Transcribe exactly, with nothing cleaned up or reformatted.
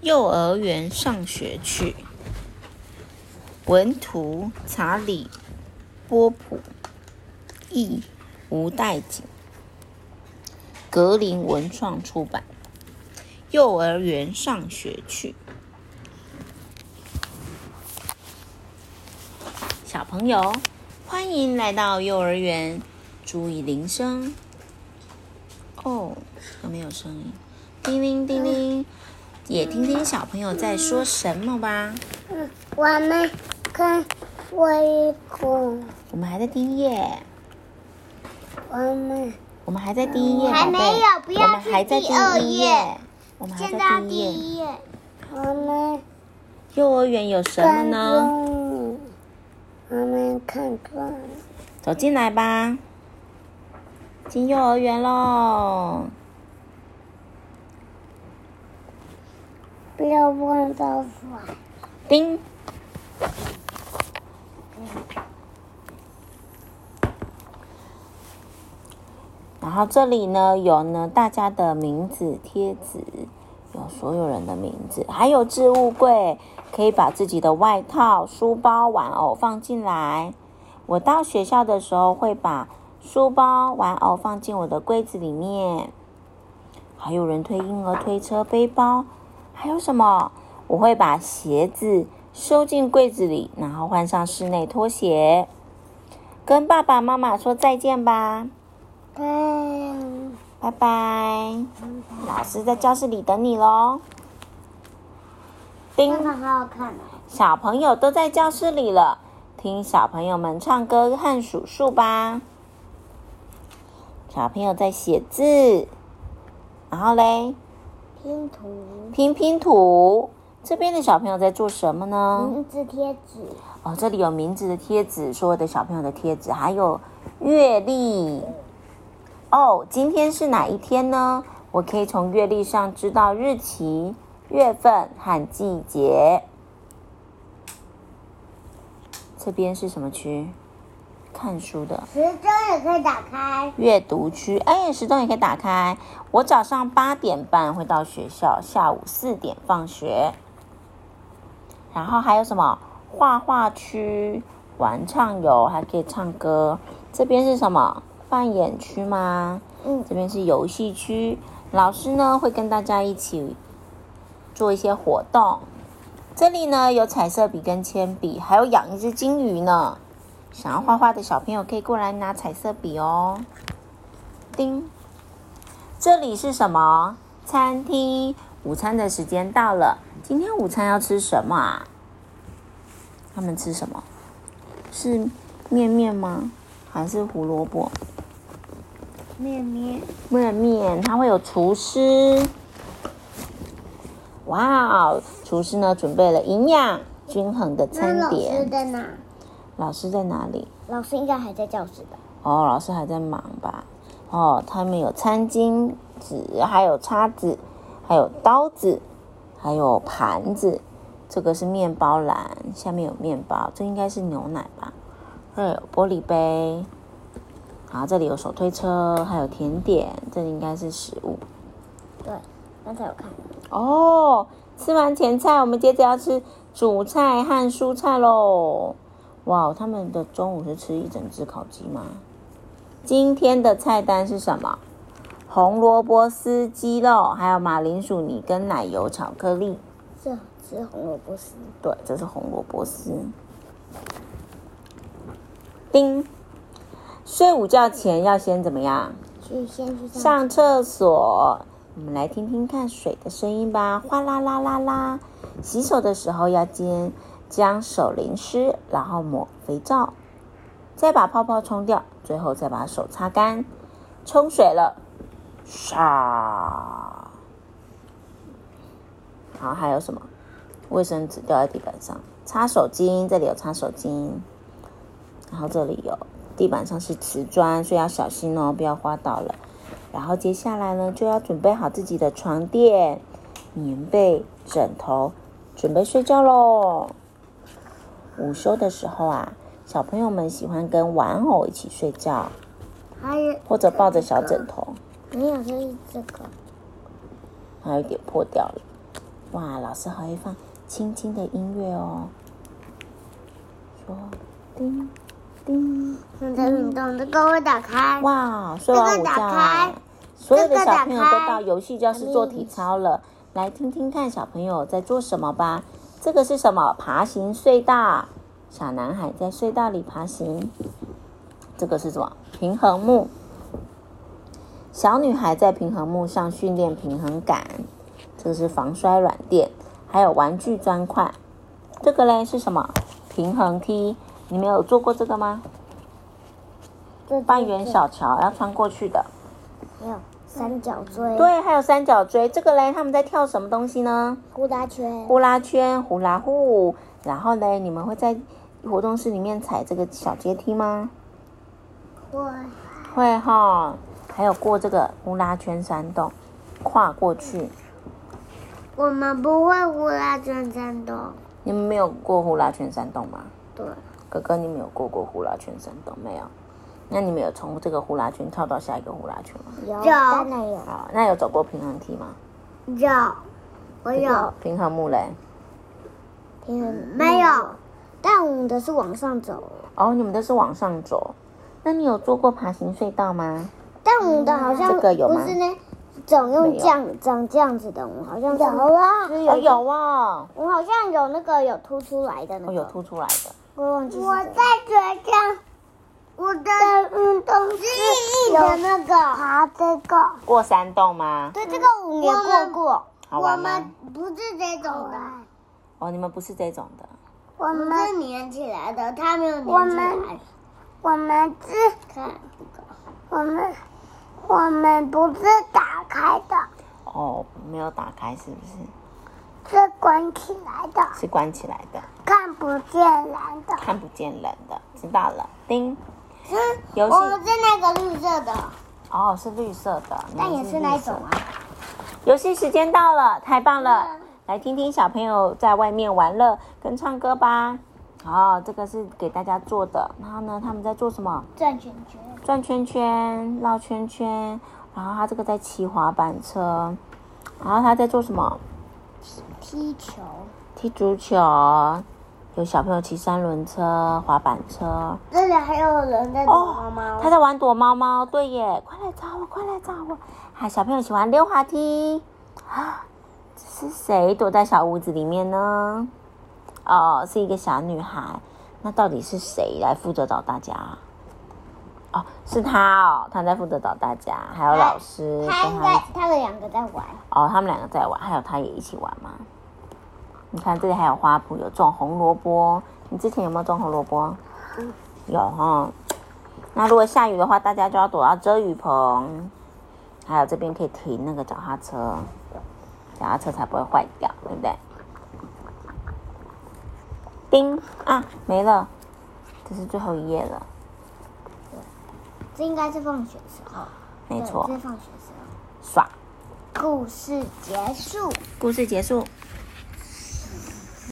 幼儿园上学去。文图查理·波普，译吴代景，格林文创出版。幼儿园上学去。小朋友，欢迎来到幼儿园，注意铃声。哦，有没有声音？叮铃叮铃，也听听小朋友在说什么吧。 嗯，我们看微空。 我们还在第一页。 我们我们还在第一页， 还没有，不要去第二页。 我们还现在第第一页。 一页。我们幼儿园有什么呢？ 我们看看。 走进来吧，进幼儿园喽！ 不要忘到水。 叮。然后这里呢有呢大家的名字贴纸，有所有人的名字，还有置物柜，可以把自己的外套、书包、玩偶放进来。我到学校的时候会把书包、玩偶放进我的柜子里面。还有人推婴儿推车、背包，还有什么？我会把鞋子收进柜子里，然后换上室内拖鞋。跟爸爸妈妈说再见吧。 嗯， 拜拜。老师在教室里等你咯。叮。 真的好好看哦。 小朋友都在教室里了，听小朋友们唱歌和数数吧。小朋友在写字，然后嘞， 拼图。 拼拼图。这边的小朋友在做什么呢？ 名字贴纸。 哦，这里有名字的贴纸，所有的小朋友的贴纸，还有月历。哦，今天是哪一天呢？我可以从月历上知道日期、月份和季节。这边是什么区？看书的。 时钟也可以打开。 阅读区，哎，时钟也可以打开。我早上八点半会到学校，下午四点放学。然后还有什么？画画区，玩畅游，还可以唱歌。这边是什么？扮演区吗？ 嗯， 这边是游戏区。老师呢会跟大家一起做一些活动。这里呢有彩色笔跟铅笔，还有养一只金鱼呢。想要画画的小朋友可以过来拿彩色笔哦。叮。这里是什么？餐厅。午餐的时间到了。今天午餐要吃什么啊？他们吃什么？是面面吗？还是胡萝卜？ 面面。 面面，它会有厨师。哇哦，厨师呢准备了营养均衡的餐点。 那老师在哪？ 老师在哪里？ 老师应该还在教室吧？ 哦，老师还在忙吧？哦，他们有餐巾纸，还有叉子，还有刀子，还有盘子。这个是面包篮，下面有面包，这应该是牛奶吧？这有玻璃杯，好，这里有手推车，还有甜点，这里应该是食物。 对，刚才有看。 哦，吃完前菜，我们接着要吃主菜和蔬菜咯。哇，他们的中午是吃一整只烤鸡吗？今天的菜单是什么？红萝卜丝鸡肉，还有马铃薯泥跟奶油巧克力。 是吃红萝卜丝。 对，这是红萝卜丝。叮。睡午觉前要先怎么样？ 去先去上上厕所。我们来听听看水的声音吧，哗啦啦啦啦。洗手的时候要先将手淋湿，然后抹肥皂，再把泡泡冲掉，最后再把手擦干。冲水了，唰。好，还有什么？卫生纸掉在地板上，擦手巾，这里有擦手巾。然后这里有，地板上是瓷砖，所以要小心哦，不要滑倒了。然后接下来呢，就要准备好自己的床垫、棉被、枕头，准备睡觉咯。午休的时候啊，小朋友们喜欢跟玩偶一起睡觉， 还有或者抱着小枕头。 没有，就是这个。 还有一点破掉了。 哇，老师还会放轻轻的音乐哦，说叮叮。 现在运动的给我打开。 哇，睡完午觉，所有的小朋友都到游戏教室做体操了。来听听看小朋友在做什么吧。这个是什么？爬行隧道。小男孩在隧道里爬行。这个是什么？平衡木。小女孩在平衡木上训练平衡感。这个是防摔软垫，还有玩具砖块。这个嘞是什么？平衡梯。你们有做过这个吗？半圆小桥要穿过去的。 还有三角锥。 对，还有三角锥。这个嘞，他们在跳什么东西呢？ 呼啦圈。 呼啦圈，呼啦呼。然后嘞，你们会在活动室里面踩这个小阶梯吗？ 会。 会哈。还有过这个呼啦圈山洞，跨过去。 我们不会呼啦圈山洞。 你们没有过呼啦圈山洞吗？ 对。 哥哥，你们有过过呼啦圈山洞没有？那你们有从这个呼啦圈跳到下一个呼啦圈吗？ 有，当然有。 好，那有走过平衡梯吗？ 有，我有。 平衡木嘞？ 平衡没有，但我们的是往上走。 哦，你们的是往上走。那你有做过爬行隧道吗？ 但我们的好像这个有吗？ 不是那种用这样长这样子的，我们好像有啊，哦有啊， 我好像有那个有凸出来的那个， 哦有凸出来的。 我忘记。我在学校。我的运动是有那个爬这个过山洞吗？ 对，这个我们也过过。 我们不是这种的。 哦，你们不是这种的。 我们是粘起来的，它没有粘起来。我们是看这个。我们我们不是打开的。 哦，没有打开是不是？ 是关起来的。 是关起来的。 看不见人的。 看不见人的，知道了。叮。 是，我们是那个绿色的。 哦，是绿色的， 但也是那种啊。 游戏时间到了，太棒了！嗯、来听听小朋友在外面玩乐跟唱歌吧。好、哦，这个是给大家做的。然后呢，他们在做什么？ 转圈圈。 转圈圈，绕圈圈。然后他这个在骑滑板车。然后他在做什么？ 踢球。 踢足球。有小朋友骑三轮车、滑板车， 这里还有人在躲猫猫。 哦，他在玩躲猫猫，对耶！快来找我，快来找我！还小朋友喜欢溜滑梯啊！这是谁躲在小屋子里面呢？哦，是一个小女孩。那到底是谁来负责找大家？哦，是他哦，他在负责找大家，还有老师。 他应该，他们两个在玩。 哦，他们两个在玩，还有他也一起玩吗？你看这里还有花圃，有种红萝卜。你之前有没有种红萝卜？嗯，有哈。那如果下雨的话，大家就要躲到遮雨棚。还有这边可以停那个脚踏车，脚踏车才不会坏掉，对不对？叮啊，没了，这是最后一页了。 这应该是放学时候。 没错。 这是放学时候。 耍。 故事结束。 故事结束。